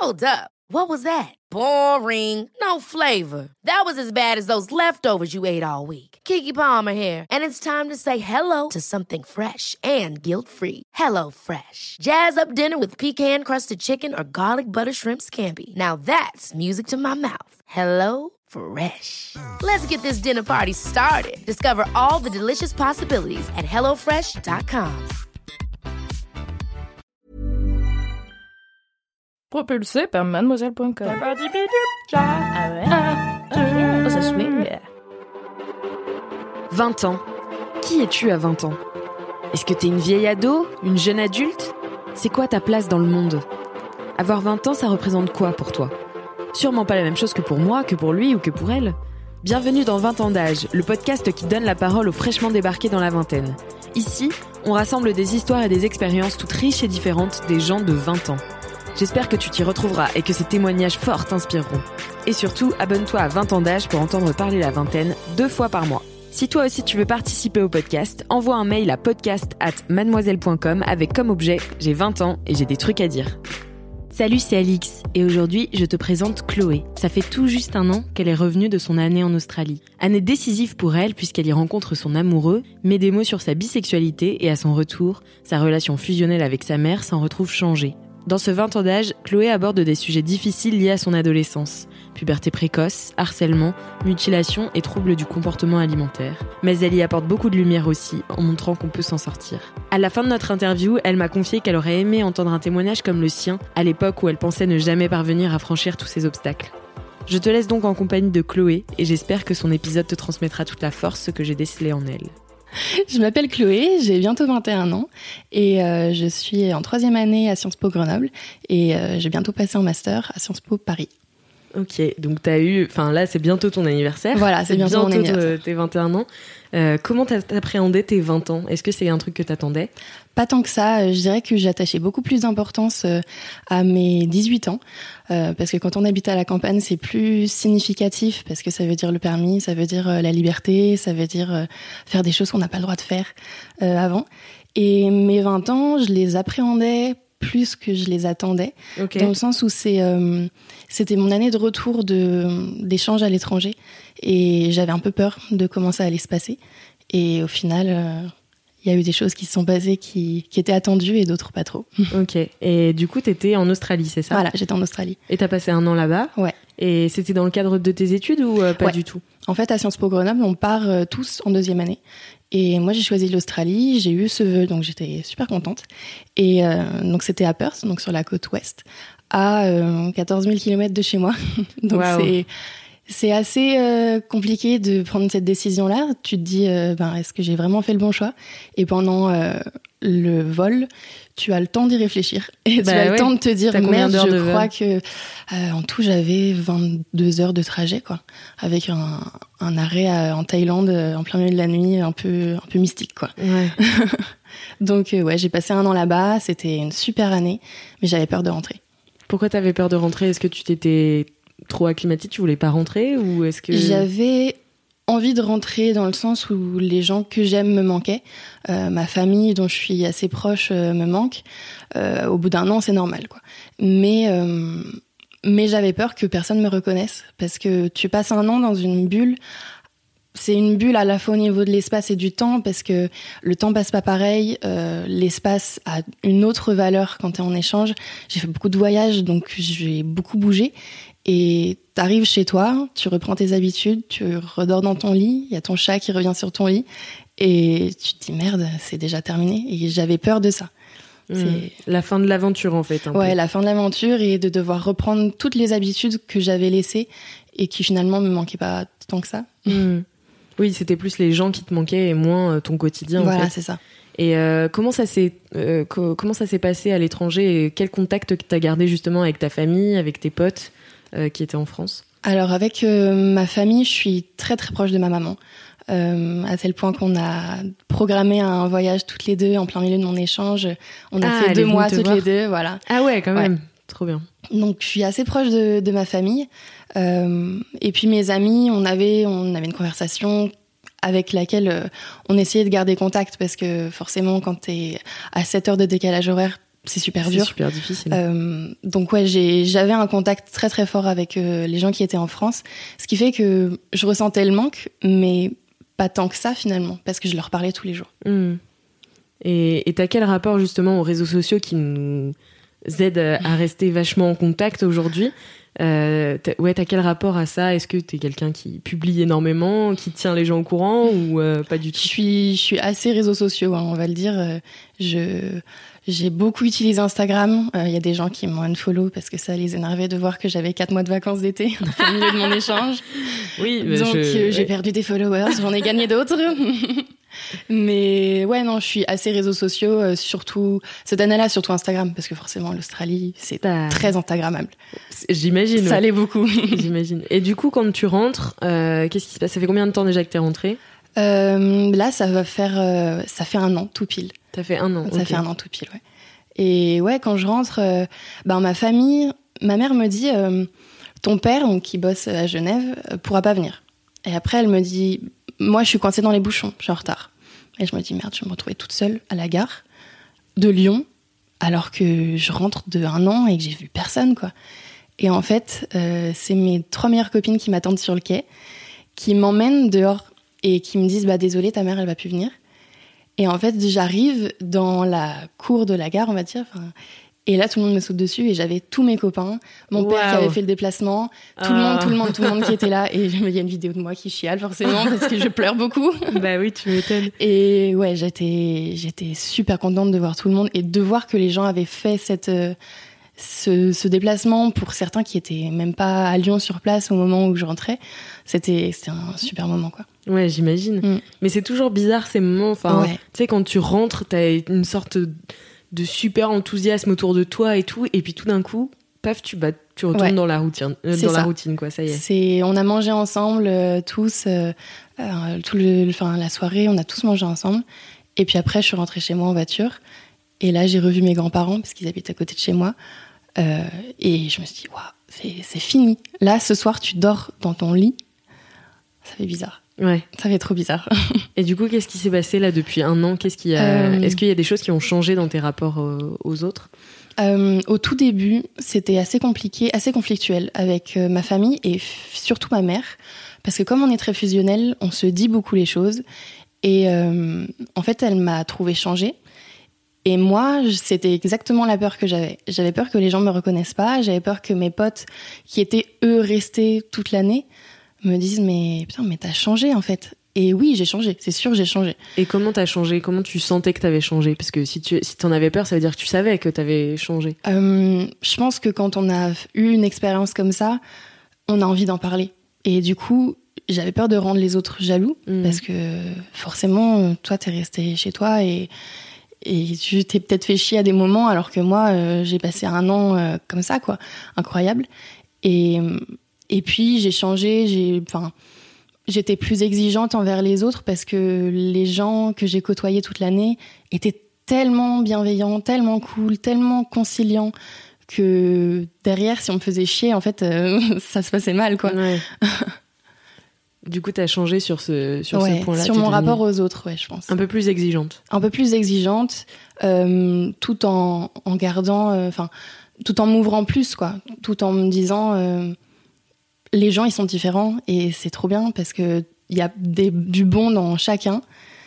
Hold up. What was that? Boring. No flavor. That was as bad as those leftovers you ate all week. Keke Palmer here. And it's time to say hello to something fresh and guilt-free. Hello Fresh. Jazz up dinner with pecan-crusted chicken or garlic butter shrimp scampi. Now that's music to my mouth. Hello Fresh. Let's get this dinner party started. Discover all the delicious possibilities at hellofresh.com. Propulsé par mademoiselle.com. Ah ouais. Ça swing. 20 ans. Qui es-tu à 20 ans ? Est-ce que t'es une vieille ado ? Une jeune adulte ? C'est quoi ta place dans le monde ? Avoir 20 ans, ça représente quoi pour toi ? Sûrement pas la même chose que pour moi, que pour lui ou que pour elle. Bienvenue dans 20 ans d'âge, le podcast qui donne la parole aux fraîchement débarqués dans la vingtaine. Ici, on rassemble des histoires et des expériences toutes riches et différentes des gens de 20 ans. J'espère que tu t'y retrouveras et que ces témoignages forts t'inspireront. Et surtout, abonne-toi à 20 ans d'âge pour entendre parler la vingtaine 2 fois par mois. Si toi aussi tu veux participer au podcast, envoie un mail à podcast@mademoiselle.com avec comme objet « J'ai 20 ans et j'ai des trucs à dire ». Salut, c'est Alix et aujourd'hui je te présente Chloé. Ça fait tout juste 1 an qu'elle est revenue de son année en Australie. Année décisive pour elle puisqu'elle y rencontre son amoureux, met des mots sur sa bisexualité et à son retour, sa relation fusionnelle avec sa mère s'en retrouve changée. Dans ce 20 ans d'âge, Chloé aborde des sujets difficiles liés à son adolescence. Puberté précoce, harcèlement, mutilation et troubles du comportement alimentaire. Mais elle y apporte beaucoup de lumière aussi, en montrant qu'on peut s'en sortir. À la fin de notre interview, elle m'a confié qu'elle aurait aimé entendre un témoignage comme le sien, à l'époque où elle pensait ne jamais parvenir à franchir tous ces obstacles. Je te laisse donc en compagnie de Chloé, et j'espère que son épisode te transmettra toute la force que j'ai décelée en elle. Je m'appelle Chloé, j'ai bientôt 21 ans et je suis en 3e année à Sciences Po Grenoble et j'ai bientôt passé en master à Sciences Po Paris. Ok, donc là c'est bientôt ton anniversaire. Voilà, c'est bientôt mon anniversaire. Tes 21 ans. Comment t'appréhendais tes 20 ans ? Est-ce que c'est un truc que t'attendais ? Pas tant que ça, je dirais que j'attachais beaucoup plus d'importance à mes 18 ans, parce que quand on habite à la campagne, c'est plus significatif, parce que ça veut dire le permis, ça veut dire la liberté, ça veut dire faire des choses qu'on n'a pas le droit de faire avant. Et mes 20 ans, je les appréhendais plus que je les attendais, okay. Dans le sens où c'était mon année de retour d'échange à l'étranger, et j'avais un peu peur de comment ça allait se passer. Et au final... il y a eu des choses qui se sont passées qui étaient attendues et d'autres pas trop. Ok. Et du coup, t'étais en Australie, c'est ça ? Voilà, j'étais en Australie. Et t'as passé 1 an là-bas ? Ouais. Et c'était dans le cadre de tes études ou pas du tout ? En fait, à Sciences Po Grenoble, on part tous en 2e année. Et moi, j'ai choisi l'Australie. J'ai eu ce vœu, donc j'étais super contente. Et donc, c'était à Perth, donc sur la côte ouest, à 14 000 km de chez moi. Donc, wow. C'est assez compliqué de prendre cette décision-là. Tu te dis, est-ce que j'ai vraiment fait le bon choix ? Et pendant le vol, tu as le temps d'y réfléchir. Et tu as le temps de te dire, merde, je crois que en tout, j'avais 22 heures de trajet, quoi. Avec un arrêt en Thaïlande, en plein milieu de la nuit, un peu mystique, quoi. Ouais. Donc, j'ai passé 1 an là-bas. C'était une super année, mais j'avais peur de rentrer. Pourquoi t'avais peur de rentrer ? Est-ce que tu t'étais trop acclimatée, tu voulais pas rentrer ou est-ce que... J'avais envie de rentrer dans le sens où les gens que j'aime me manquaient. Ma famille, dont je suis assez proche, me manque. Au bout d'1 an, c'est normal, quoi. Mais j'avais peur que personne me reconnaisse parce que tu passes 1 an dans une bulle. C'est une bulle à la fois au niveau de l'espace et du temps parce que le temps passe pas pareil, l'espace a une autre valeur quand t'es en échange. J'ai fait beaucoup de voyages, donc j'ai beaucoup bougé. Et t'arrives chez toi, tu reprends tes habitudes, tu redors dans ton lit, il y a ton chat qui revient sur ton lit, et tu te dis merde, c'est déjà terminé. Et j'avais peur de ça. C'est la fin de l'aventure en fait. Ouais, la fin de l'aventure et de devoir reprendre toutes les habitudes que j'avais laissées et qui finalement me manquaient pas tant que ça. Oui, c'était plus les gens qui te manquaient et moins ton quotidien. Voilà, en fait. C'est ça. Et comment ça s'est passé à l'étranger et quel contact t'as gardé justement avec ta famille, avec tes potes qui étaient en France ? Alors avec ma famille, je suis très très proche de ma maman. À tel point qu'on a programmé un voyage toutes les deux en plein milieu de mon échange. On a fait 2 mois toutes les deux, voilà. Ah ouais, quand même, trop bien. Donc je suis assez proche de ma famille. Et puis mes amis, on avait une conversation avec laquelle on essayait de garder contact parce que forcément quand t'es à 7 heures de décalage horaire, c'est super dur. C'est super difficile. Donc ouais, j'avais un contact très très fort avec les gens qui étaient en France, ce qui fait que je ressentais le manque, mais pas tant que ça finalement, parce que je leur parlais tous les jours. Et t'as quel rapport justement aux réseaux sociaux qui nous aident à rester vachement en contact aujourd'hui? T'as quel rapport à ça? Est-ce que t'es quelqu'un qui publie énormément, qui tient les gens au courant ou pas du tout? Je suis assez réseaux sociaux, hein, on va le dire. J'ai beaucoup utilisé Instagram. Il y a des gens qui m'ont unfollow parce que ça les énervait de voir que j'avais 4 mois de vacances d'été au milieu de mon échange. Oui, donc j'ai perdu des followers, j'en ai gagné d'autres. Mais ouais, non, je suis assez réseaux sociaux, surtout cette année-là, surtout Instagram, parce que forcément l'Australie, c'est très instagrammable. J'imagine. Ça l'est beaucoup. J'imagine. Et du coup, quand tu rentres, qu'est-ce qui se passe? Ça fait combien de temps déjà que t'es rentrée? Là, ça fait 1 an tout pile. Ça fait 1 an. Ça fait 1 an tout pile, ouais. Et ouais, quand je rentre, ma famille, ma mère me dit, ton père, donc, qui bosse à Genève, pourra pas venir. Et après, elle me dit, moi, je suis coincée dans les bouchons, je suis en retard. Et je me dis, merde, je vais me retrouver toute seule à la gare de Lyon, alors que je rentre de 1 an et que j'ai vu personne, quoi. Et en fait, c'est mes 3 meilleures copines qui m'attendent sur le quai, qui m'emmènent dehors et qui me disent, désolée, ta mère, elle va plus venir. Et en fait, j'arrive dans la cour de la gare, on va dire, et là, tout le monde me saute dessus et j'avais tous mes copains, mon père qui avait fait le déplacement, tout le monde qui était là. Et il y a une vidéo de moi qui chiale forcément parce que je pleure beaucoup. Bah oui, tu m'étonnes. Et ouais, j'étais super contente de voir tout le monde et de voir que les gens avaient fait ce déplacement pour certains qui étaient même pas à Lyon sur place au moment où je rentrais. C'était un super moment, quoi. Ouais, j'imagine. Mais c'est toujours bizarre ces moments. Enfin, ouais. Tu sais, quand tu rentres, t'as une sorte de super enthousiasme autour de toi et tout, et puis tout d'un coup, paf, tu retournes dans la routine, la routine, quoi. Ça y est. On a mangé ensemble tous, la soirée, on a tous mangé ensemble. Et puis après, je suis rentrée chez moi en voiture. Et là, j'ai revu mes grands-parents parce qu'ils habitent à côté de chez moi. Et je me suis dit, waouh, c'est fini. Là, ce soir, tu dors dans ton lit. Ça fait bizarre. Ouais. Ça fait trop bizarre. Et du coup, qu'est-ce qui s'est passé là depuis 1 an? Est-ce qu'il y a des choses qui ont changé dans tes rapports aux autres? Au tout début, c'était assez compliqué, assez conflictuel avec ma famille et surtout ma mère. Parce que comme on est très fusionnel, on se dit beaucoup les choses. Et en fait, elle m'a trouvé changée. Et moi, c'était exactement la peur que j'avais. J'avais peur que les gens me reconnaissent pas. J'avais peur que mes potes, qui étaient eux restés toute l'année, me disent mais t'as changé en fait. Et oui, j'ai changé, c'est sûr, j'ai changé. Et comment t'as changé? Comment tu sentais que t'avais changé? Parce que si t'en avais peur, ça veut dire que tu savais que t'avais changé. Je pense que quand on a eu une expérience comme ça, on a envie d'en parler. Et du coup, j'avais peur de rendre les autres jaloux parce que forcément, toi, t'es resté chez toi et tu t'es peut-être fait chier à des moments alors que moi, j'ai passé 1 an comme ça, quoi, incroyable. Et puis, j'ai changé, j'étais plus exigeante envers les autres parce que les gens que j'ai côtoyés toute l'année étaient tellement bienveillants, tellement cool, tellement conciliants que derrière, si on me faisait chier, en fait, ça se passait mal, quoi. Ouais. Du coup, t'as changé sur ce point-là. Sur mon rapport aux autres, ouais, je pense. Un peu plus exigeante. Un peu plus exigeante, tout en gardant, tout en m'ouvrant plus, quoi. Tout en me disant, les gens, ils sont différents et c'est trop bien parce que il y a du bon dans chacun.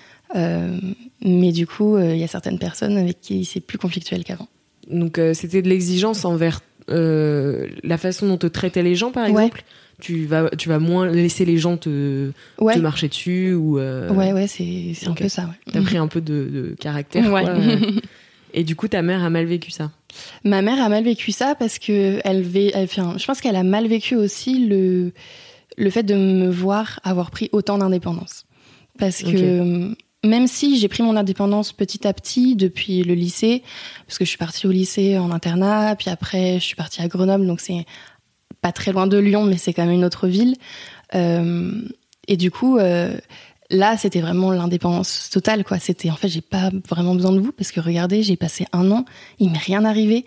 Mais du coup, il y a certaines personnes avec qui c'est plus conflictuel qu'avant. Donc, c'était de l'exigence envers la façon dont te traitaient les gens, par exemple. Tu vas moins laisser les gens te marcher dessus ou ouais, c'est un peu ça. Ouais. T'as pris un peu de caractère. Ouais. Quoi. Et du coup, ta mère a mal vécu ça. Ma mère a mal vécu ça parce que je pense qu'elle a mal vécu aussi le fait de me voir avoir pris autant d'indépendance. Parce que même si j'ai pris mon indépendance petit à petit depuis le lycée, parce que je suis partie au lycée en internat, puis après je suis partie à Grenoble, donc c'est pas très loin de Lyon, mais c'est quand même une autre ville. Et du coup, là, c'était vraiment l'indépendance totale, quoi. C'était, en fait, j'ai pas vraiment besoin de vous, parce que regardez, j'ai passé 1 an, il m'est rien arrivé.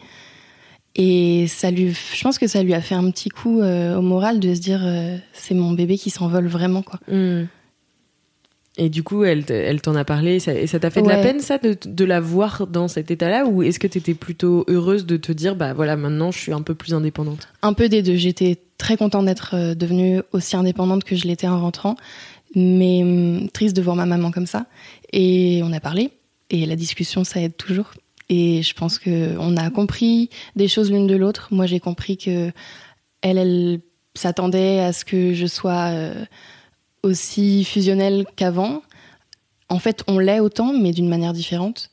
Et je pense que ça lui a fait un petit coup au moral de se dire, c'est mon bébé qui s'envole vraiment, quoi. Et du coup, elle t'en a parlé, et ça t'a fait de la peine, ça, de la voir dans cet état-là, ou est-ce que t'étais plutôt heureuse de te dire, bah voilà, maintenant je suis un peu plus indépendante? Un peu des deux. J'étais très contente d'être devenue aussi indépendante que je l'étais en rentrant, mais triste de voir ma maman comme ça. Et on a parlé, et la discussion, ça aide toujours. Et je pense qu'on a compris des choses l'une de l'autre. Moi, j'ai compris que elle s'attendait à ce que je sois aussi fusionnelle qu'avant. En fait, on l'est autant, mais d'une manière différente.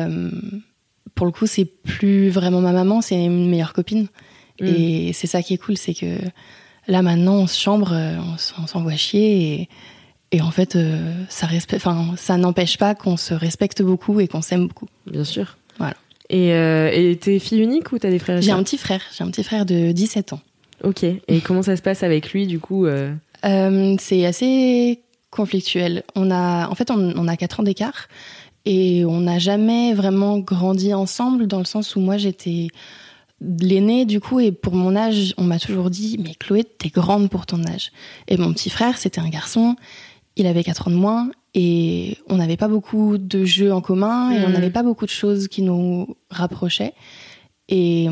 Pour le coup, c'est plus vraiment ma maman, c'est une meilleure copine. Et c'est ça qui est cool, c'est que là, maintenant, on se chambre, on s'envoie chier. Et en fait, ça n'empêche pas qu'on se respecte beaucoup et qu'on s'aime beaucoup. Bien sûr. Voilà. Et t'es fille unique ou t'as des frères et sœurs? J'ai un petit frère de 17 ans. Ok. Et comment ça se passe avec lui, du coup c'est assez conflictuel. On a 4 ans d'écart et on n'a jamais vraiment grandi ensemble, dans le sens où moi j'étais l'aînée du coup, et pour mon âge on m'a toujours dit mais Chloé, t'es grande pour ton âge. Et mon petit frère, c'était un garçon, il avait 4 ans de moins et on n'avait pas beaucoup de jeux en commun et on n'avait pas beaucoup de choses qui nous rapprochaient. Et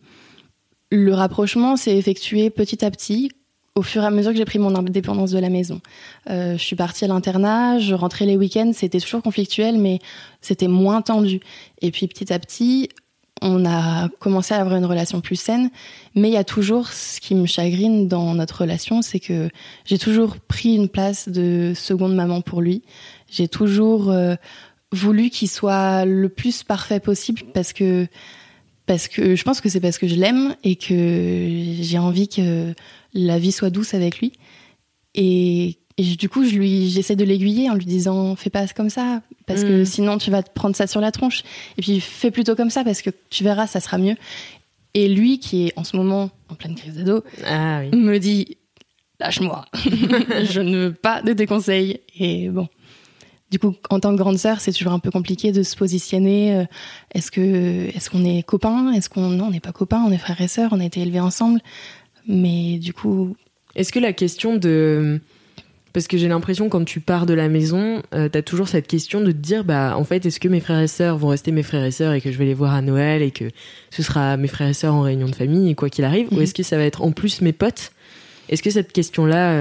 le rapprochement s'est effectué petit à petit au fur et à mesure que j'ai pris mon indépendance de la maison. Je suis partie à l'internat, je rentrais les week-ends, c'était toujours conflictuel, mais c'était moins tendu. Et puis petit à petit, on a commencé à avoir une relation plus saine, mais il y a toujours ce qui me chagrine dans notre relation, c'est que j'ai toujours pris une place de seconde maman pour lui. J'ai toujours voulu qu'il soit le plus parfait possible parce que je pense que c'est parce que je l'aime et que j'ai envie que la vie soit douce avec lui. Et du coup, j'essaie de l'aiguiller en lui disant « Fais pas comme ça, parce que sinon tu vas te prendre ça sur la tronche. Et puis fais plutôt comme ça, parce que tu verras, ça sera mieux. » Et lui, qui est en ce moment en pleine crise d'ado, me dit « Lâche-moi, je ne veux pas de tes conseils. » Et bon, du coup, en tant que grande sœur, c'est toujours un peu compliqué de se positionner. Est-ce qu'on est copains? Non, on n'est pas copains, on est frères et sœurs, on a été élevés ensemble. Mais du coup... Est-ce que la question de... Parce que j'ai l'impression, quand tu pars de la maison, t'as toujours cette question de te dire, bah, en fait, est-ce que mes frères et sœurs vont rester mes frères et sœurs et que je vais les voir à Noël et que ce sera mes frères et sœurs en réunion de famille et quoi qu'il arrive, ou est-ce que ça va être en plus mes potes? Est-ce que cette question-là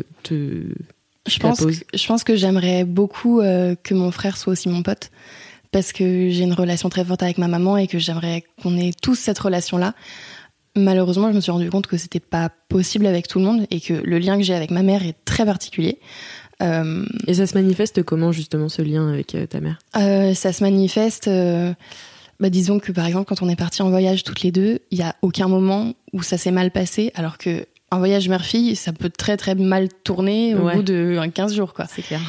Je pense que j'aimerais beaucoup que mon frère soit aussi mon pote, parce que j'ai une relation très forte avec ma maman et que j'aimerais qu'on ait tous cette relation-là. Malheureusement, je me suis rendu compte que c'était pas possible avec tout le monde et que le lien que j'ai avec ma mère est très particulier. Et ça se manifeste comment, justement, ce lien avec ta mère? Ça se manifeste, disons que par exemple, quand on est partis en voyage toutes les deux, il y a aucun moment où ça s'est mal passé, alors que un voyage mère-fille, ça peut très très mal tourner au bout de 15 jours, quoi. C'est clair.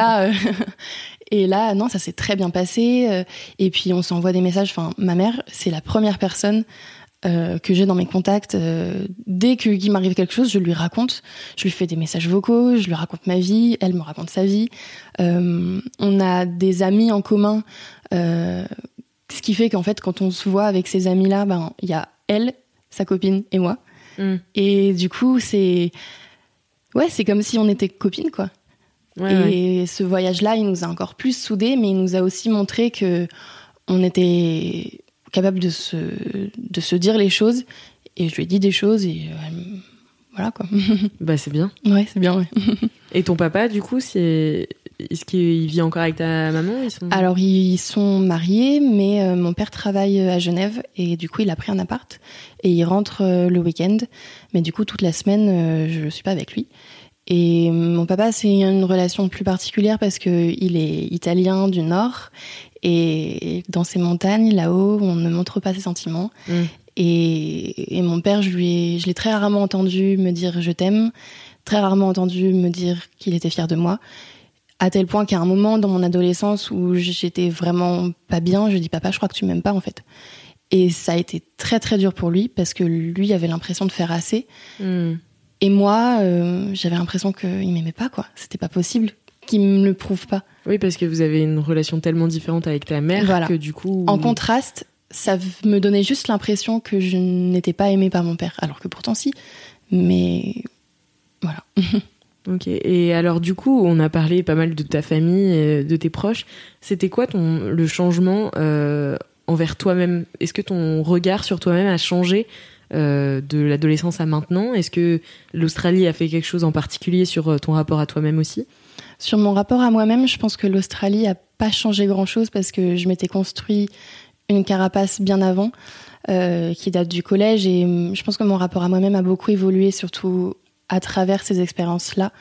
Et là, non, ça s'est très bien passé. Et puis on s'envoie des messages. Enfin, ma mère, c'est la première personne que j'ai dans mes contacts. Dès qu'il m'arrive quelque chose, je lui raconte. Je lui fais des messages vocaux, je lui raconte ma vie, elle me raconte sa vie. On a des amis en commun, ce qui fait qu'en fait, quand on se voit avec ces amis-là, il y a elle, sa copine et moi. Et du coup, c'est comme si on était copines, quoi. Et ce voyage-là, il nous a encore plus soudés, mais il nous a aussi montré que on était capable de se dire les choses. Et je lui ai dit des choses et voilà, quoi. Bah, c'est bien. Ouais, c'est bien, ouais. Et ton papa, du coup, est-ce qu'il vit encore avec ta maman? Alors, ils sont mariés, mais mon père travaille à Genève et du coup, il a pris un appart et il rentre le week-end. Mais du coup, toute la semaine, je ne suis pas avec lui. Et mon papa, c'est une relation plus particulière parce qu'il est italien du Nord et dans ces montagnes, là-haut, on ne montre pas ses sentiments. Et mon père, je l'ai très rarement entendu me dire « je t'aime », très rarement entendu me dire qu'il était fier de moi, à tel point qu'à un moment dans mon adolescence où j'étais vraiment pas bien, je lui dis « papa, je crois que tu m'aimes pas en fait ». Et ça a été très très dur pour lui parce que lui avait l'impression de faire assez. Et moi, j'avais l'impression qu'il m'aimait pas, quoi. C'était pas possible qu'il me le prouve pas. Oui, parce que vous avez une relation tellement différente avec ta mère que du coup... En contraste, ça me donnait juste l'impression que je n'étais pas aimée par mon père. Alors que pourtant si. Mais voilà. Ok. Et alors du coup, on a parlé pas mal de ta famille, de tes proches. C'était quoi le changement envers toi-même? Est-ce que ton regard sur toi-même a changé de l'adolescence à maintenant? Est-ce que l'Australie a fait quelque chose en particulier sur ton rapport à toi-même aussi? Sur mon rapport à moi-même, je pense que l'Australie a pas changé grand-chose parce que je m'étais construit une carapace bien avant, qui date du collège, et je pense que mon rapport à moi-même a beaucoup évolué, surtout à travers ces expériences-là.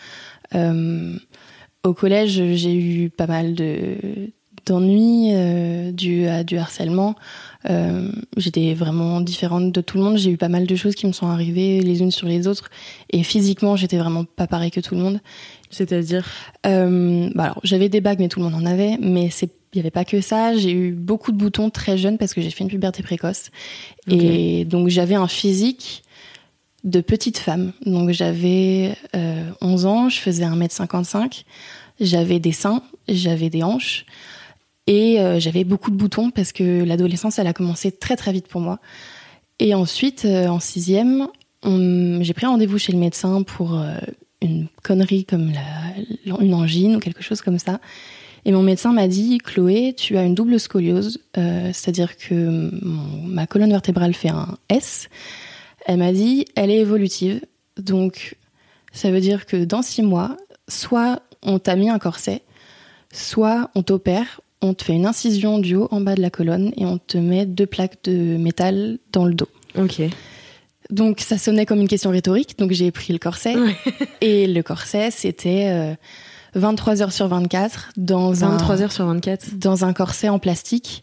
Au collège, j'ai eu pas mal d'ennuis dus à du harcèlement. J'étais vraiment différente de tout le monde. J'ai eu pas mal de choses qui me sont arrivées les unes sur les autres. Et physiquement, j'étais vraiment pas pareil que tout le monde. C'est-à-dire alors, j'avais des bagues, mais tout le monde en avait. Mais il n'y avait pas que ça. J'ai eu beaucoup de boutons très jeune parce que j'ai fait une puberté précoce. Okay. Et donc, j'avais un physique de petite femme. Donc, j'avais 11 ans, je faisais 1m55. J'avais des seins, j'avais des hanches. Et j'avais beaucoup de boutons parce que l'adolescence, elle a commencé très très vite pour moi. Et ensuite, en 6e, j'ai pris rendez-vous chez le médecin pour une connerie comme une angine ou quelque chose comme ça. Et mon médecin m'a dit « Chloé, tu as une double scoliose, c'est-à-dire que ma colonne vertébrale fait un S. » Elle m'a dit « Elle est évolutive, donc ça veut dire que dans 6 mois, soit on t'a mis un corset, soit on t'opère, on te fait une incision du haut en bas de la colonne et on te met 2 plaques de métal dans le dos. » Ok. Donc ça sonnait comme une question rhétorique, donc j'ai pris le corset. Et le corset, c'était 23 heures sur 24 dans un corset en plastique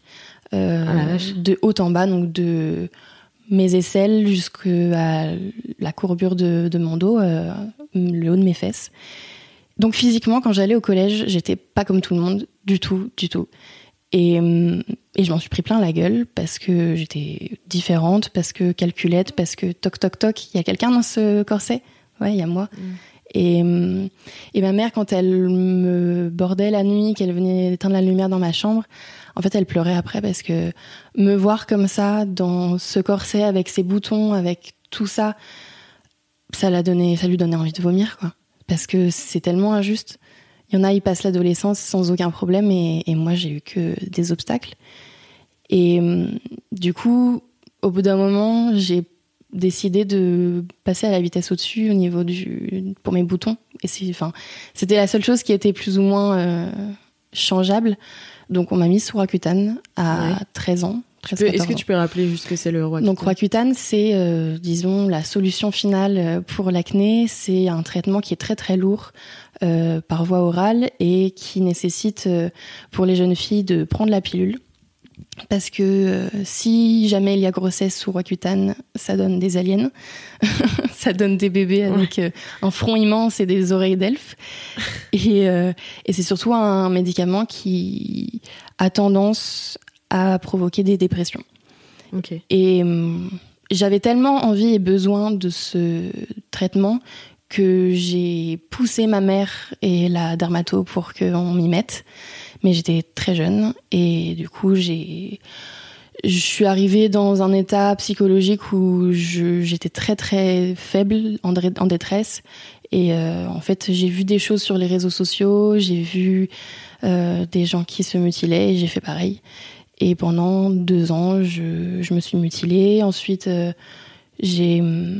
de haut en bas, donc de mes aisselles jusqu'à la courbure de mon dos, le haut de mes fesses. Donc physiquement, quand j'allais au collège, j'étais pas comme tout le monde, du tout. Et je m'en suis pris plein la gueule parce que j'étais différente, parce que calculette, parce que toc toc toc, il y a quelqu'un dans ce corset? Ouais, il y a moi. Et ma mère, quand elle me bordait la nuit, qu'elle venait éteindre la lumière dans ma chambre, en fait, elle pleurait après parce que me voir comme ça, dans ce corset, avec ses boutons, avec tout ça, ça lui donnait envie de vomir, quoi. Parce que c'est tellement injuste. Il y en a, ils passent l'adolescence sans aucun problème, et moi, j'ai eu que des obstacles. Et du coup, au bout d'un moment, j'ai décidé de passer à la vitesse au-dessus au niveau pour mes boutons. Et c'était la seule chose qui était plus ou moins changeable. Donc, on m'a mise sous Roaccutane à 13 ans. Est-ce que tu peux rappeler juste ce que c'est le Roaccutane? Donc, Roaccutane, c'est, disons, la solution finale pour l'acné. C'est un traitement qui est très, très lourd par voie orale et qui nécessite, pour les jeunes filles, de prendre la pilule. Parce que si jamais il y a grossesse sous Roaccutane, ça donne des aliens. Ça donne des bébés avec un front immense et des oreilles d'elfe. Et c'est surtout un médicament qui a tendance à provoquer des dépressions. Okay. Et j'avais tellement envie et besoin de ce traitement que j'ai poussé ma mère et la dermato pour qu'on m'y mette. Mais j'étais très jeune et du coup, je suis arrivée dans un état psychologique où j'étais très très faible, en détresse. Et en fait, j'ai vu des choses sur les réseaux sociaux, j'ai vu des gens qui se mutilaient et j'ai fait pareil. Et pendant 2 ans, je me suis mutilée. Ensuite, j'ai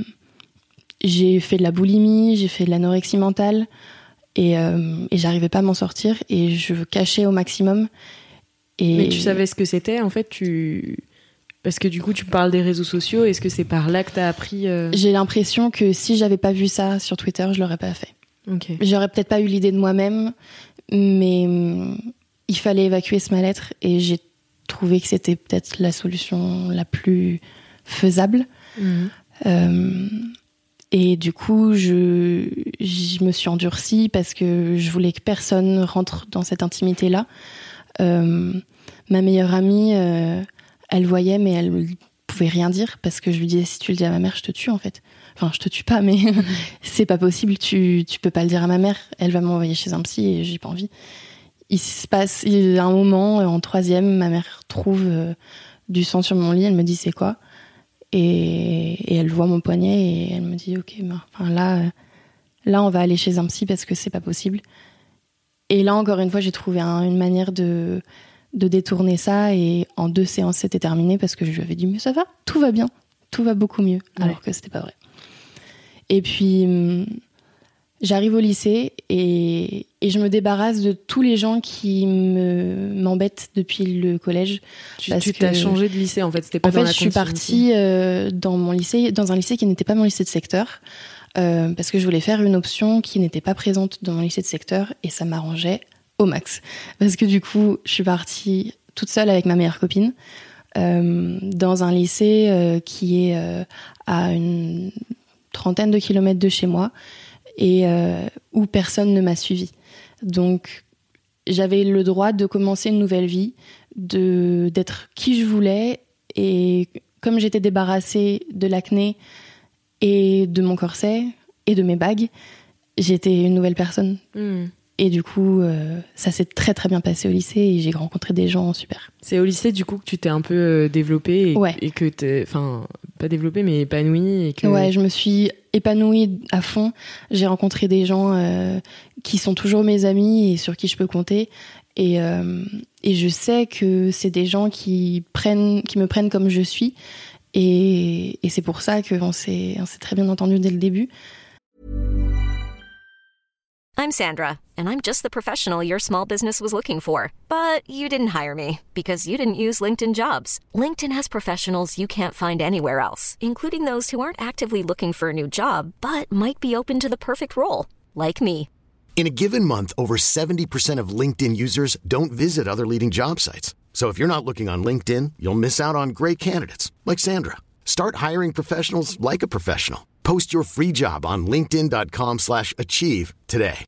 fait de la boulimie, j'ai fait de l'anorexie mentale. Et j'arrivais pas à m'en sortir et je cachais au maximum. Mais tu savais ce que c'était, en fait, parce que du coup tu parles des réseaux sociaux, est-ce que c'est par là que t'as appris J'ai l'impression que si j'avais pas vu ça sur Twitter, je l'aurais pas fait. Okay. J'aurais peut-être pas eu l'idée de moi-même, mais il fallait évacuer ce mal-être et j'ai trouvé que c'était peut-être la solution la plus faisable. Et du coup, je me suis endurcie parce que je voulais que personne rentre dans cette intimité-là. Ma meilleure amie, elle voyait, mais elle pouvait rien dire parce que je lui disais, si tu le dis à ma mère, je te tue en fait. Enfin, je te tue pas, mais c'est pas possible, tu peux pas le dire à ma mère. Elle va m'envoyer chez un psy et j'ai pas envie. Il se passe un moment, en 3e, ma mère trouve du sang sur mon lit, elle me dit, c'est quoi ? Et elle voit mon poignet et elle me dit ok, là là on va aller chez un psy parce que c'est pas possible. Et là encore une fois j'ai trouvé une manière de détourner ça, et en 2 séances c'était terminé parce que je lui avais dit mais ça va, tout va bien, tout va beaucoup mieux, alors que c'était pas vrai. Et puis j'arrive au lycée et je me débarrasse de tous les gens qui m'embêtent depuis le collège. Tu t'as changé de lycée en fait, c'était pas dans la continuité. En fait, je suis partie dans un lycée qui n'était pas mon lycée de secteur, parce que je voulais faire une option qui n'était pas présente dans mon lycée de secteur, et ça m'arrangeait au max. Parce que du coup, je suis partie toute seule avec ma meilleure copine dans un lycée qui est à une 30aine de kilomètres de chez moi, et où personne ne m'a suivie. Donc, j'avais le droit de commencer une nouvelle vie, d'être qui je voulais, et comme j'étais débarrassée de l'acné et de mon corset et de mes bagues, j'étais une nouvelle personne. Et du coup, ça s'est très très bien passé au lycée, et j'ai rencontré des gens super. C'est au lycée du coup que tu t'es un peu développée et que t'es, enfin pas développée mais épanouie, et que... Ouais, je me suis épanouie à fond. J'ai rencontré des gens qui sont toujours mes amis et sur qui je peux compter, et je sais que c'est des gens qui me prennent comme je suis, et c'est pour ça qu'on s'est très bien entendu dès le début. I'm Sandra, and I'm just the professional your small business was looking for. But you didn't hire me because you didn't use LinkedIn Jobs. LinkedIn has professionals you can't find anywhere else, including those who aren't actively looking for a new job, but might be open to the perfect role, like me. In a given month, over 70% of LinkedIn users don't visit other leading job sites. So if you're not looking on LinkedIn, you'll miss out on great candidates, like Sandra. Start hiring professionals like a professional. Post your free job on linkedin.com/achieve today.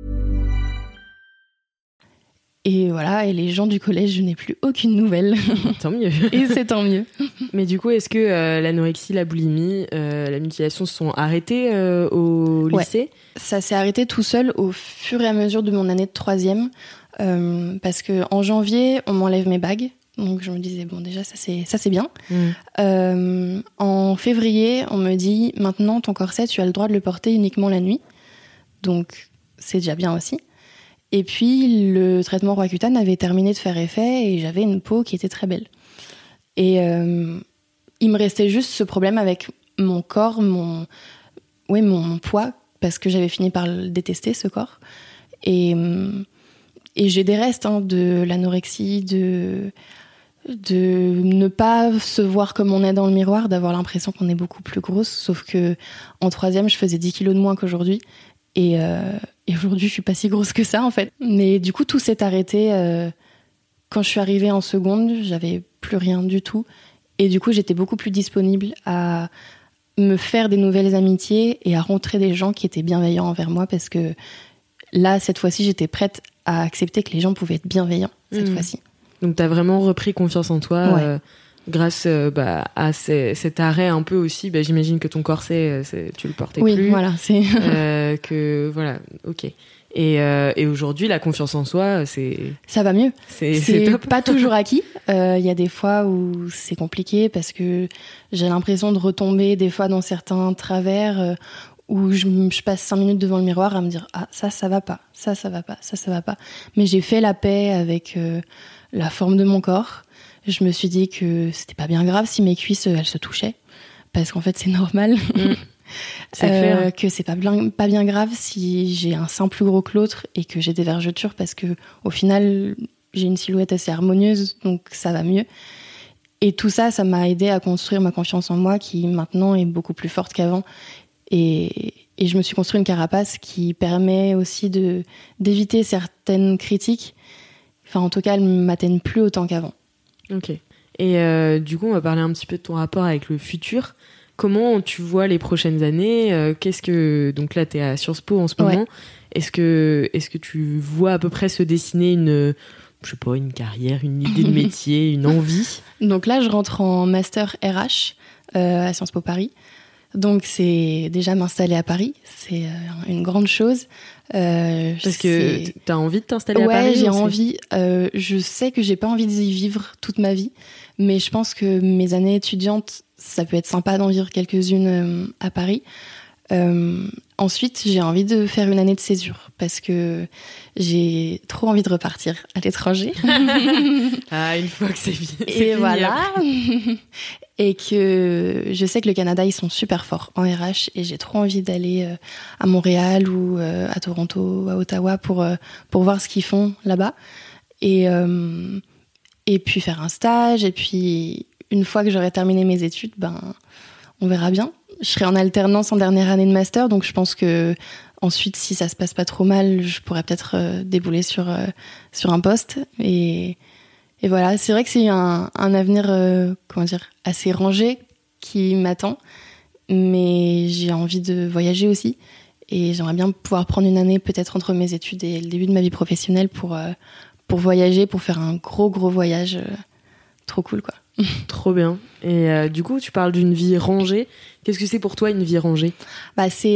Et voilà, et les gens du collège, je n'ai plus aucune nouvelle. Tant mieux. Et c'est tant mieux. Mais du coup, est-ce que l'anorexie, la boulimie, la mutilation se sont arrêtées au lycée ? Ça s'est arrêté tout seul au fur et à mesure de mon année de 3e. Parce qu'en janvier, on m'enlève mes bagues. Donc je me disais, bon déjà, ça c'est bien. En février, on me dit, maintenant ton corset, tu as le droit de le porter uniquement la nuit. Donc c'est déjà bien aussi. Et puis le traitement Roaccutane avait terminé de faire effet, et j'avais une peau qui était très belle. Et il me restait juste ce problème avec mon corps, mon poids, parce que j'avais fini par le détester, ce corps. Et j'ai des restes de l'anorexie, de ne pas se voir comme on est dans le miroir, d'avoir l'impression qu'on est beaucoup plus grosse, sauf que en 3e, je faisais 10 kilos de moins qu'aujourd'hui, et aujourd'hui, je suis pas si grosse que ça, en fait. Mais du coup, tout s'est arrêté quand je suis arrivée en seconde, j'avais plus rien du tout, et du coup, j'étais beaucoup plus disponible à me faire des nouvelles amitiés et à rencontrer des gens qui étaient bienveillants envers moi, parce que là, cette fois-ci, j'étais prête à accepter que les gens pouvaient être bienveillants cette fois-ci. Donc t'as vraiment repris confiance en toi grâce à cet arrêt un peu aussi. J'imagine que ton corset, tu le portais plus. Oui, voilà. Ok. Et aujourd'hui, la confiance en soi, ça va mieux. C'est top. Pas toujours acquis. Y a des fois où c'est compliqué parce que j'ai l'impression de retomber des fois dans certains travers où je passe 5 minutes devant le miroir à me dire ça va pas, ça va pas, ça va pas. Mais j'ai fait la paix avec la forme de mon corps. Je me suis dit que c'était pas bien grave si mes cuisses elles se touchaient, parce qu'en fait c'est normal. C'est clair. Que c'est pas bien grave si j'ai un sein plus gros que l'autre et que j'ai des vergetures, parce que au final j'ai une silhouette assez harmonieuse, donc ça va mieux. Et tout ça, ça m'a aidé à construire ma confiance en moi, qui maintenant est beaucoup plus forte qu'avant. Et je me suis construit une carapace qui permet aussi d'éviter certaines critiques. Enfin, en tout cas, elles ne m'atteignent plus autant qu'avant. Ok. Et du coup, on va parler un petit peu de ton rapport avec le futur. Comment tu vois les prochaines années ? Donc là, tu es à Sciences Po en ce moment. Ouais. Est-ce que tu vois à peu près se dessiner une carrière, une idée de métier, une envie ? Donc là, je rentre en master RH à Sciences Po Paris. Donc c'est déjà m'installer à Paris, c'est une grande chose. Parce que t'as envie de t'installer à Paris ? Ouais, j'ai envie. Je sais que j'ai pas envie d'y vivre toute ma vie, mais je pense que mes années étudiantes, ça peut être sympa d'en vivre quelques-unes à Paris. Ensuite, j'ai envie de faire une année de césure parce que j'ai trop envie de repartir à l'étranger. Une fois que c'est fini. Et voilà. Et que je sais que le Canada, ils sont super forts en RH et j'ai trop envie d'aller à Montréal ou à Toronto, à Ottawa pour voir ce qu'ils font là-bas. Et puis faire un stage. Et puis, une fois que j'aurai terminé mes études, on verra bien. Je serai en alternance en dernière année de master, donc je pense que ensuite, si ça se passe pas trop mal, je pourrais peut-être débouler sur un poste. Et voilà, c'est vrai que c'est un avenir, assez rangé qui m'attend, mais j'ai envie de voyager aussi. Et j'aimerais bien pouvoir prendre une année peut-être entre mes études et le début de ma vie professionnelle pour voyager, pour faire un gros voyage. Trop cool, quoi. Trop bien. Et du coup, tu parles d'une vie rangée. Qu'est-ce que c'est pour toi une vie rangée ? C'est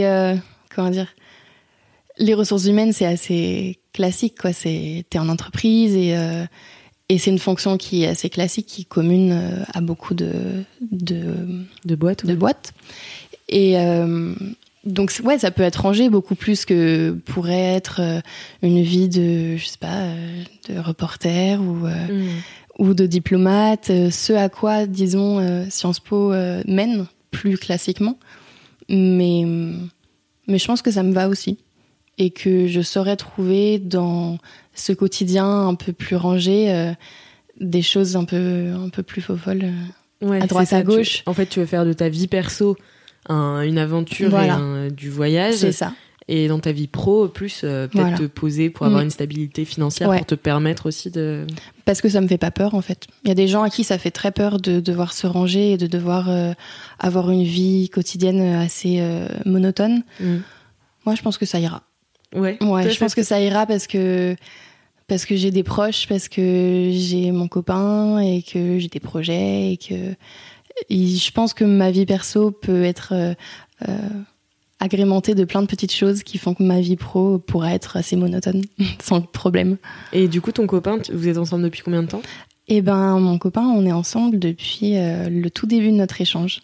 les ressources humaines, c'est assez classique, quoi. T'es en entreprise et c'est une fonction qui est assez classique, qui est commune à beaucoup de boîtes. Ouais. De boîtes. Et donc ça peut être rangé beaucoup plus que pourrait être une vie de reporter ou de diplomate, ce à quoi, disons, Sciences Po mène plus classiquement. Mais je pense que ça me va aussi. Et que je saurais trouver dans ce quotidien un peu plus rangé des choses un peu plus folles à droite, à gauche. En fait, tu veux faire de ta vie perso une aventure et du voyage. C'est ça. Et dans ta vie pro, plus peut-être te poser pour avoir une stabilité financière, pour te permettre aussi de... Parce que ça me fait pas peur, en fait. Il y a des gens à qui ça fait très peur de devoir se ranger et de devoir avoir une vie quotidienne assez monotone. Moi, je pense que ça ira. Ouais, je pense que ça ira parce que j'ai des proches, parce que j'ai mon copain et que j'ai des projets et que je pense que ma vie perso peut être agrémentée de plein de petites choses qui font que ma vie pro pourra être assez monotone sans problème. Et du coup, ton copain, vous êtes ensemble depuis combien de temps ? Mon copain, on est ensemble depuis le tout début de notre échange.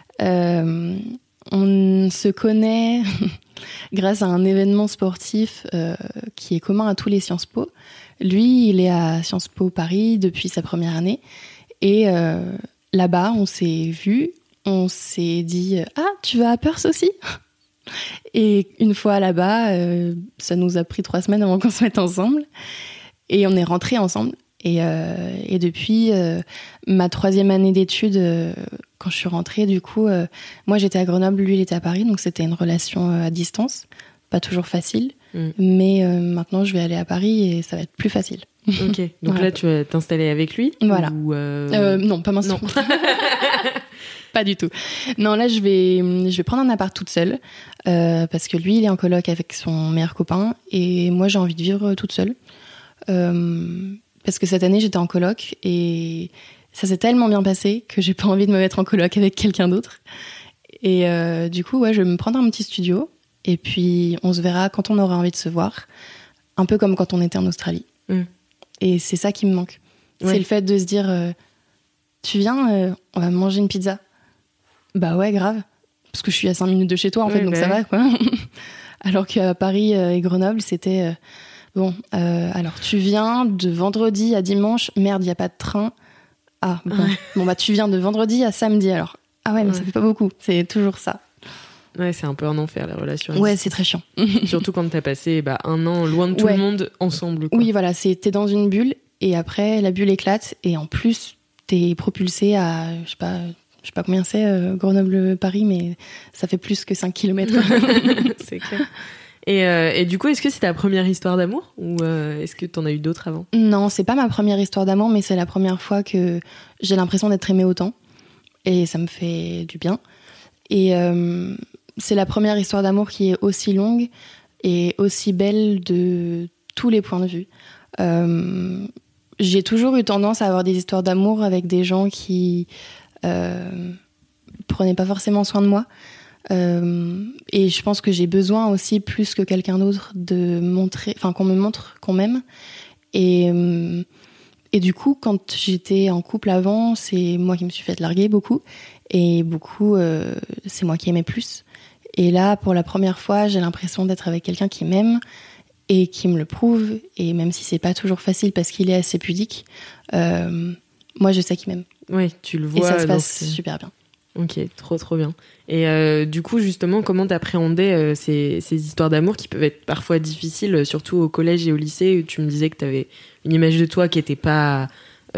On se connaît grâce à un événement sportif qui est commun à tous les Sciences Po. Lui, il est à Sciences Po Paris depuis sa première année. Et là-bas, on s'est vus, on s'est dit « Ah, tu vas à Perth aussi ?» Et une fois là-bas, ça nous a pris 3 semaines avant qu'on se mette ensemble. Et on est rentrés ensemble. Et depuis ma 3e année d'études, quand je suis rentrée, du coup, moi j'étais à Grenoble, lui il était à Paris, donc c'était une relation à distance, pas toujours facile, mais maintenant je vais aller à Paris et ça va être plus facile. Ok, donc là tu vas t'installer avec lui ? Voilà. Ou non, pas maintenant. Pas du tout. Non, là je vais prendre un appart toute seule, parce que lui il est en coloc avec son meilleur copain et moi j'ai envie de vivre toute seule. Parce que cette année, j'étais en coloc et ça s'est tellement bien passé que j'ai pas envie de me mettre en coloc avec quelqu'un d'autre. Et du coup, je vais me prendre un petit studio et puis on se verra quand on aura envie de se voir. Un peu comme quand on était en Australie. Et c'est ça qui me manque. Ouais. C'est le fait de se dire tu viens, on va manger une pizza. Bah ouais, grave. Parce que je suis à 5 minutes de chez toi, en fait, donc ça va, quoi. Alors qu'à Paris et Grenoble, c'était... Bon, alors tu viens de vendredi à dimanche, merde, il n'y a pas de train. Ah, bon. Bon, tu viens de vendredi à samedi alors. Ah ouais, mais ça fait pas beaucoup, c'est toujours ça. Ouais, c'est un peu un enfer, les relations. Ouais, c'est très chiant. Surtout quand t'as passé 1 an loin de tout le monde ensemble, quoi. Oui, voilà, t'es dans une bulle et après la bulle éclate et en plus t'es propulsé à, je sais pas combien c'est, Grenoble-Paris, mais ça fait plus que 5 km. C'est clair. Et du coup, est-ce que c'est ta première histoire d'amour ou est-ce que t'en as eu d'autres avant ? Non, c'est pas ma première histoire d'amour, mais c'est la première fois que j'ai l'impression d'être aimée autant. Et ça me fait du bien. Et c'est la première histoire d'amour qui est aussi longue et aussi belle de tous les points de vue. J'ai toujours eu tendance à avoir des histoires d'amour avec des gens qui prenaient pas forcément soin de moi. Et je pense que j'ai besoin aussi, plus que quelqu'un d'autre, de montrer, qu'on me montre qu'on m'aime. Et du coup, quand j'étais en couple avant, c'est moi qui me suis fait larguer beaucoup. Et beaucoup, c'est moi qui aimais plus. Et là, pour la première fois, j'ai l'impression d'être avec quelqu'un qui m'aime et qui me le prouve. Et même si c'est pas toujours facile parce qu'il est assez pudique, moi, je sais qu'il m'aime. Oui, tu le vois. Et ça se passe super bien. Ok, trop bien. Et du coup, justement, comment t'appréhendais ces histoires d'amour qui peuvent être parfois difficiles, surtout au collège et au lycée, où tu me disais que t'avais une image de toi qui était pas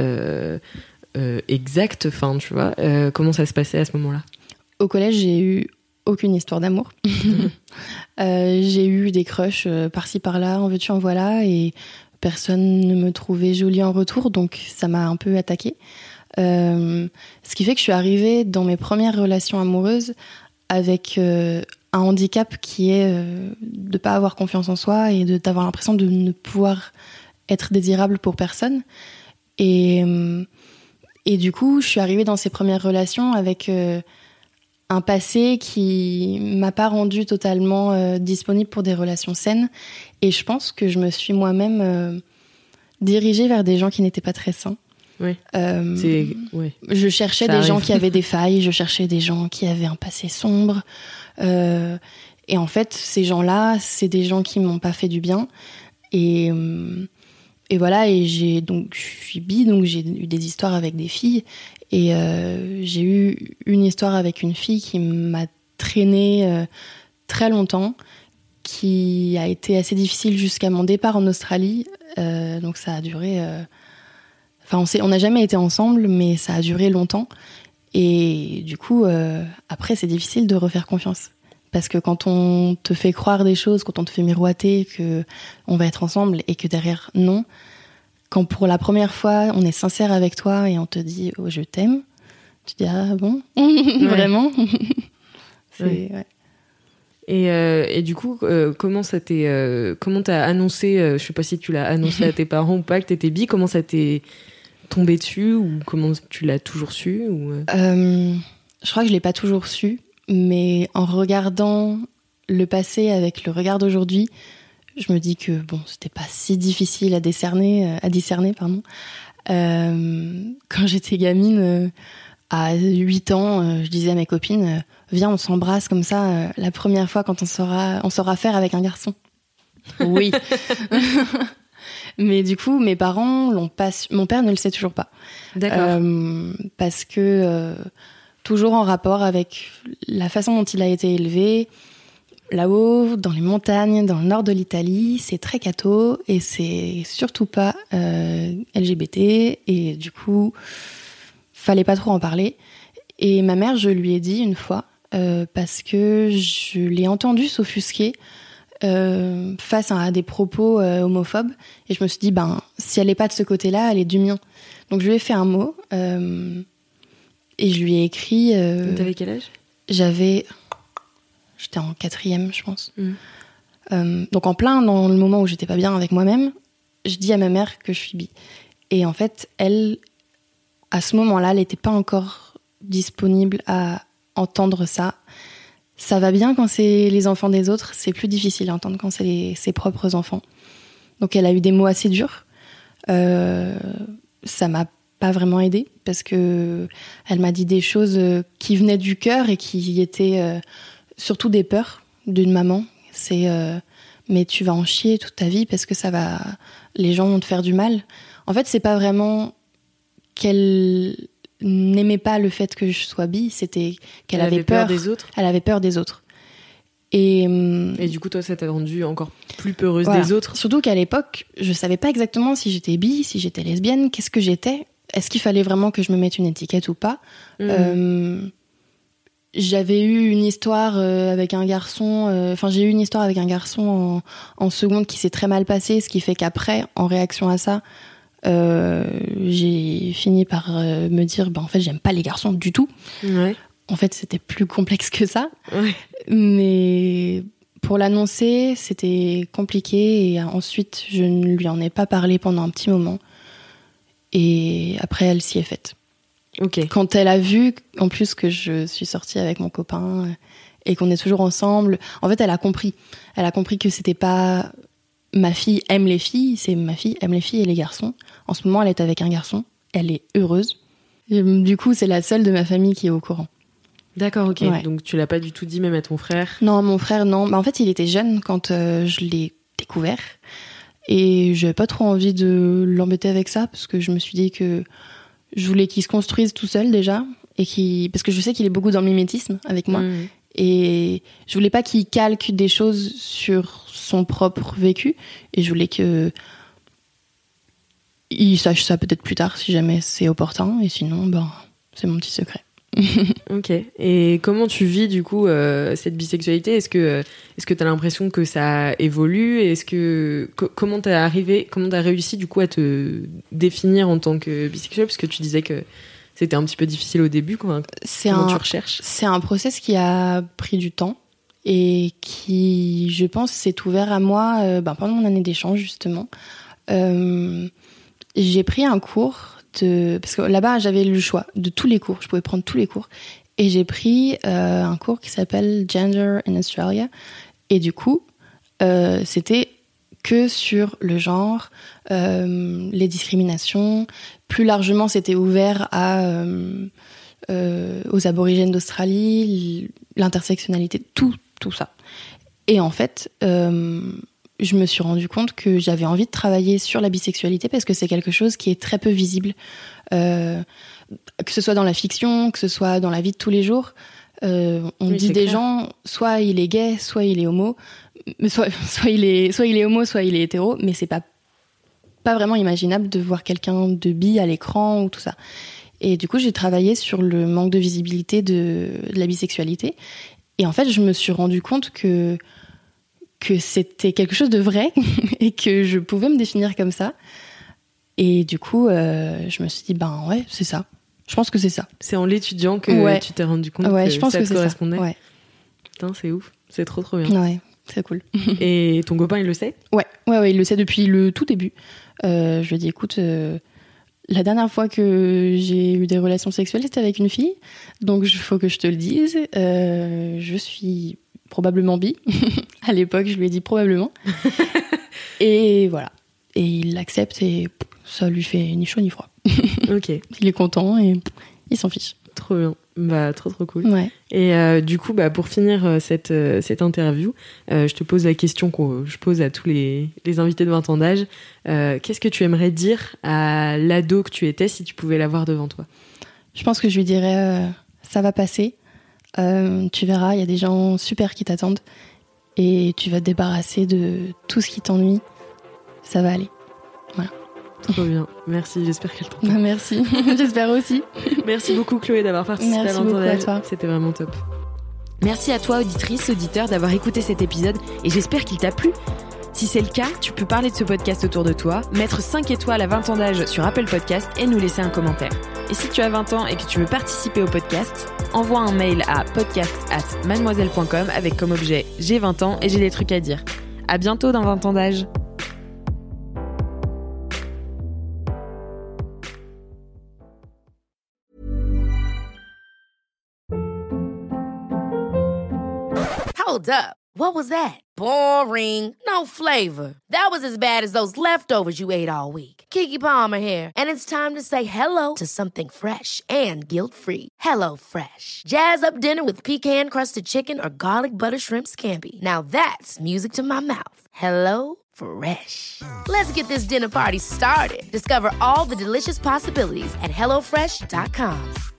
exacte, enfin, tu vois. Comment ça se passait à ce moment-là ? Au collège, j'ai eu aucune histoire d'amour. J'ai eu des crushs par-ci par-là, en veux-tu, en voilà, et personne ne me trouvait jolie en retour, donc ça m'a un peu attaquée. Ce qui fait que je suis arrivée dans mes premières relations amoureuses avec un handicap qui est de pas avoir confiance en soi et d'avoir l'impression de ne pouvoir être désirable pour personne. Et du coup, je suis arrivée dans ces premières relations avec un passé qui m'a pas rendue totalement disponible pour des relations saines. Et je pense que je me suis moi-même dirigée vers des gens qui n'étaient pas très sains. Oui. Je cherchais des gens qui avaient des failles, je cherchais des gens qui avaient un passé sombre. Et en fait, ces gens-là, c'est des gens qui m'ont pas fait du bien. Et voilà, et je suis bi, donc j'ai eu des histoires avec des filles. Et j'ai eu une histoire avec une fille qui m'a traînée très longtemps, qui a été assez difficile jusqu'à mon départ en Australie. Donc ça a duré... on n'a jamais été ensemble, mais ça a duré longtemps. Et du coup, après, c'est difficile de refaire confiance. Parce que quand on te fait croire des choses, quand on te fait miroiter qu'on va être ensemble et que derrière, non. Quand pour la première fois, on est sincère avec toi et on te dit « Oh, je t'aime », tu dis « Ah bon Vraiment ?» Ouais. Et du coup, comment t'as annoncé, je sais pas si tu l'as annoncé à tes parents ou pas, que t'étais bi, comment ça t'est tombé dessus ou comment tu l'as toujours su ou... Je crois que je l'ai pas toujours su, mais en regardant le passé avec le regard d'aujourd'hui, je me dis que bon, c'était pas si difficile à discerner. Quand j'étais gamine, à 8 ans, je disais à mes copines viens, on s'embrasse comme ça la première fois quand on saura faire avec un garçon. Oui. Mais du coup, mes parents l'ont pas su. Mon père ne le sait toujours pas. D'accord. Parce que toujours en rapport avec la façon dont il a été élevé. Là-haut, dans les montagnes, dans le nord de l'Italie, c'est très catho et c'est surtout pas LGBT. Et du coup, fallait pas trop en parler. Et ma mère, je lui ai dit une fois, parce que je l'ai entendue s'offusquer face à des propos homophobes. Et je me suis dit, si elle est pas de ce côté-là, elle est du mien. Donc je lui ai fait un mot et je lui ai écrit... T'avais quel âge ? J'étais en 4e, je pense. Donc en plein dans le moment où j'étais pas bien avec moi-même, je dis à ma mère que je suis bi. Et en fait, elle, à ce moment-là, elle n'était pas encore disponible à entendre ça. Ça va bien quand c'est les enfants des autres, c'est plus difficile à entendre quand c'est ses propres enfants. Donc elle a eu des mots assez durs. Ça m'a pas vraiment aidée parce que elle m'a dit des choses qui venaient du cœur et qui étaient surtout des peurs d'une maman. C'est mais tu vas en chier toute ta vie parce que les gens vont te faire du mal. En fait, c'est pas vraiment qu'elle n'aimait pas le fait que je sois bi, c'était qu'elle avait peur des autres. Elle avait peur des autres. Et du coup, toi, ça t'a rendue encore plus peureuse voilà. des autres. Surtout qu'à l'époque, je savais pas exactement si j'étais bi, si j'étais lesbienne, qu'est-ce que j'étais. Est-ce qu'il fallait vraiment que je me mette une étiquette ou pas ? J'avais eu une histoire avec un garçon. J'ai eu une histoire avec un garçon en seconde qui s'est très mal passée, ce qui fait qu'après, en réaction à ça, j'ai fini par me dire, en fait, j'aime pas les garçons du tout. Ouais. En fait, c'était plus complexe que ça. Ouais. Mais pour l'annoncer, c'était compliqué. Et ensuite, je ne lui en ai pas parlé pendant un petit moment. Et après, elle s'y est faite. Okay. Quand elle a vu, en plus, que je suis sortie avec mon copain et qu'on est toujours ensemble, en fait, elle a compris. Elle a compris que c'était pas ma fille aime les filles, c'est ma fille aime les filles et les garçons. En ce moment, elle est avec un garçon. Elle est heureuse. Du coup, c'est la seule de ma famille qui est au courant. D'accord, ok. Ouais. Donc tu l'as pas du tout dit même à ton frère? Non, mon frère, non. En fait, il était jeune quand je l'ai découvert. Et j'avais pas trop envie de l'embêter avec ça, parce que je me suis dit que je voulais qu'il se construise tout seul déjà, parce que je sais qu'il est beaucoup dans le mimétisme avec moi. Et je voulais pas qu'il calque des choses sur son propre vécu. Et je voulais que il sache ça peut-être plus tard, si jamais c'est opportun. Et sinon, c'est mon petit secret. Ok. Et comment tu vis du coup cette bisexualité? Est-ce que t'as l'impression que ça évolue? Comment t'as réussi du coup à te définir en tant que bisexuel? Parce que tu disais que c'était un petit peu difficile au début. Comment tu recherches? C'est un process qui a pris du temps et qui, je pense, s'est ouvert à moi pendant mon année d'échange justement. J'ai pris un cours parce que là-bas j'avais le choix de tous les cours, je pouvais prendre tous les cours, et j'ai pris un cours qui s'appelle Gender in Australia, et du coup c'était que sur le genre, les discriminations. Plus largement, c'était ouvert aux aborigènes d'Australie, l'intersectionnalité, tout ça. Et en fait, je me suis rendu compte que j'avais envie de travailler sur la bisexualité parce que c'est quelque chose qui est très peu visible, que ce soit dans la fiction, que ce soit dans la vie de tous les jours. On dit des gens, soit il est gay, soit il est homo, soit il est homo, soit il est hétéro, mais c'est pas vraiment imaginable de voir quelqu'un de bi à l'écran ou tout ça. Et du coup, j'ai travaillé sur le manque de visibilité de la bisexualité. Et en fait, je me suis rendu compte que c'était quelque chose de vrai et que je pouvais me définir comme ça. Et du coup, je me suis dit, ouais, c'est ça. Je pense que c'est ça. C'est en l'étudiant que tu t'es rendu compte que je pense ça que te correspondait. Ça. Ouais. Putain, c'est ouf. C'est trop bien. Ouais, c'est cool. Et ton copain, il le sait? Ouais, il le sait depuis le tout début. Je lui ai dit, écoute, la dernière fois que j'ai eu des relations sexuelles, c'était avec une fille. Donc, il faut que je te le dise. Je suis probablement bi. À l'époque, je lui ai dit probablement. Et voilà. Et il l'accepte et ça lui fait ni chaud ni froid. Ok. Il est content et il s'en fiche. Trop bien. Trop cool. Ouais. Et du coup, pour finir cette interview, je te pose la question que je pose à tous les invités de 20 ans d'âge. Qu'est-ce que tu aimerais dire à l'ado que tu étais si tu pouvais l'avoir devant toi? Je pense que je lui dirais ça va passer. Tu verras, il y a des gens super qui t'attendent et tu vas te débarrasser de tout ce qui t'ennuie. Ça va aller. Voilà. Trop bien. Merci, j'espère qu'elle t'entend. Merci, j'espère aussi. Merci beaucoup Chloé d'avoir participé à l'entendage. C'était vraiment top. Merci à toi auditrice, auditeur d'avoir écouté cet épisode et j'espère qu'il t'a plu. Si c'est le cas, tu peux parler de ce podcast autour de toi, mettre 5 étoiles à 20 ans d'âge sur Apple Podcast et nous laisser un commentaire. Et si tu as 20 ans et que tu veux participer au podcast, envoie un mail à podcast@mademoiselle.com avec comme objet « J'ai 20 ans et j'ai des trucs à dire ». À bientôt dans 20 ans d'âge. Hold up. What was that? Boring. No flavor. That was as bad as those leftovers you ate all week. Keke Palmer here, and it's time to say hello to something fresh and guilt-free. Hello Fresh. Jazz up dinner with pecan-crusted chicken or garlic butter shrimp scampi. Now that's music to my mouth. Hello Fresh. Let's get this dinner party started. Discover all the delicious possibilities at HelloFresh.com.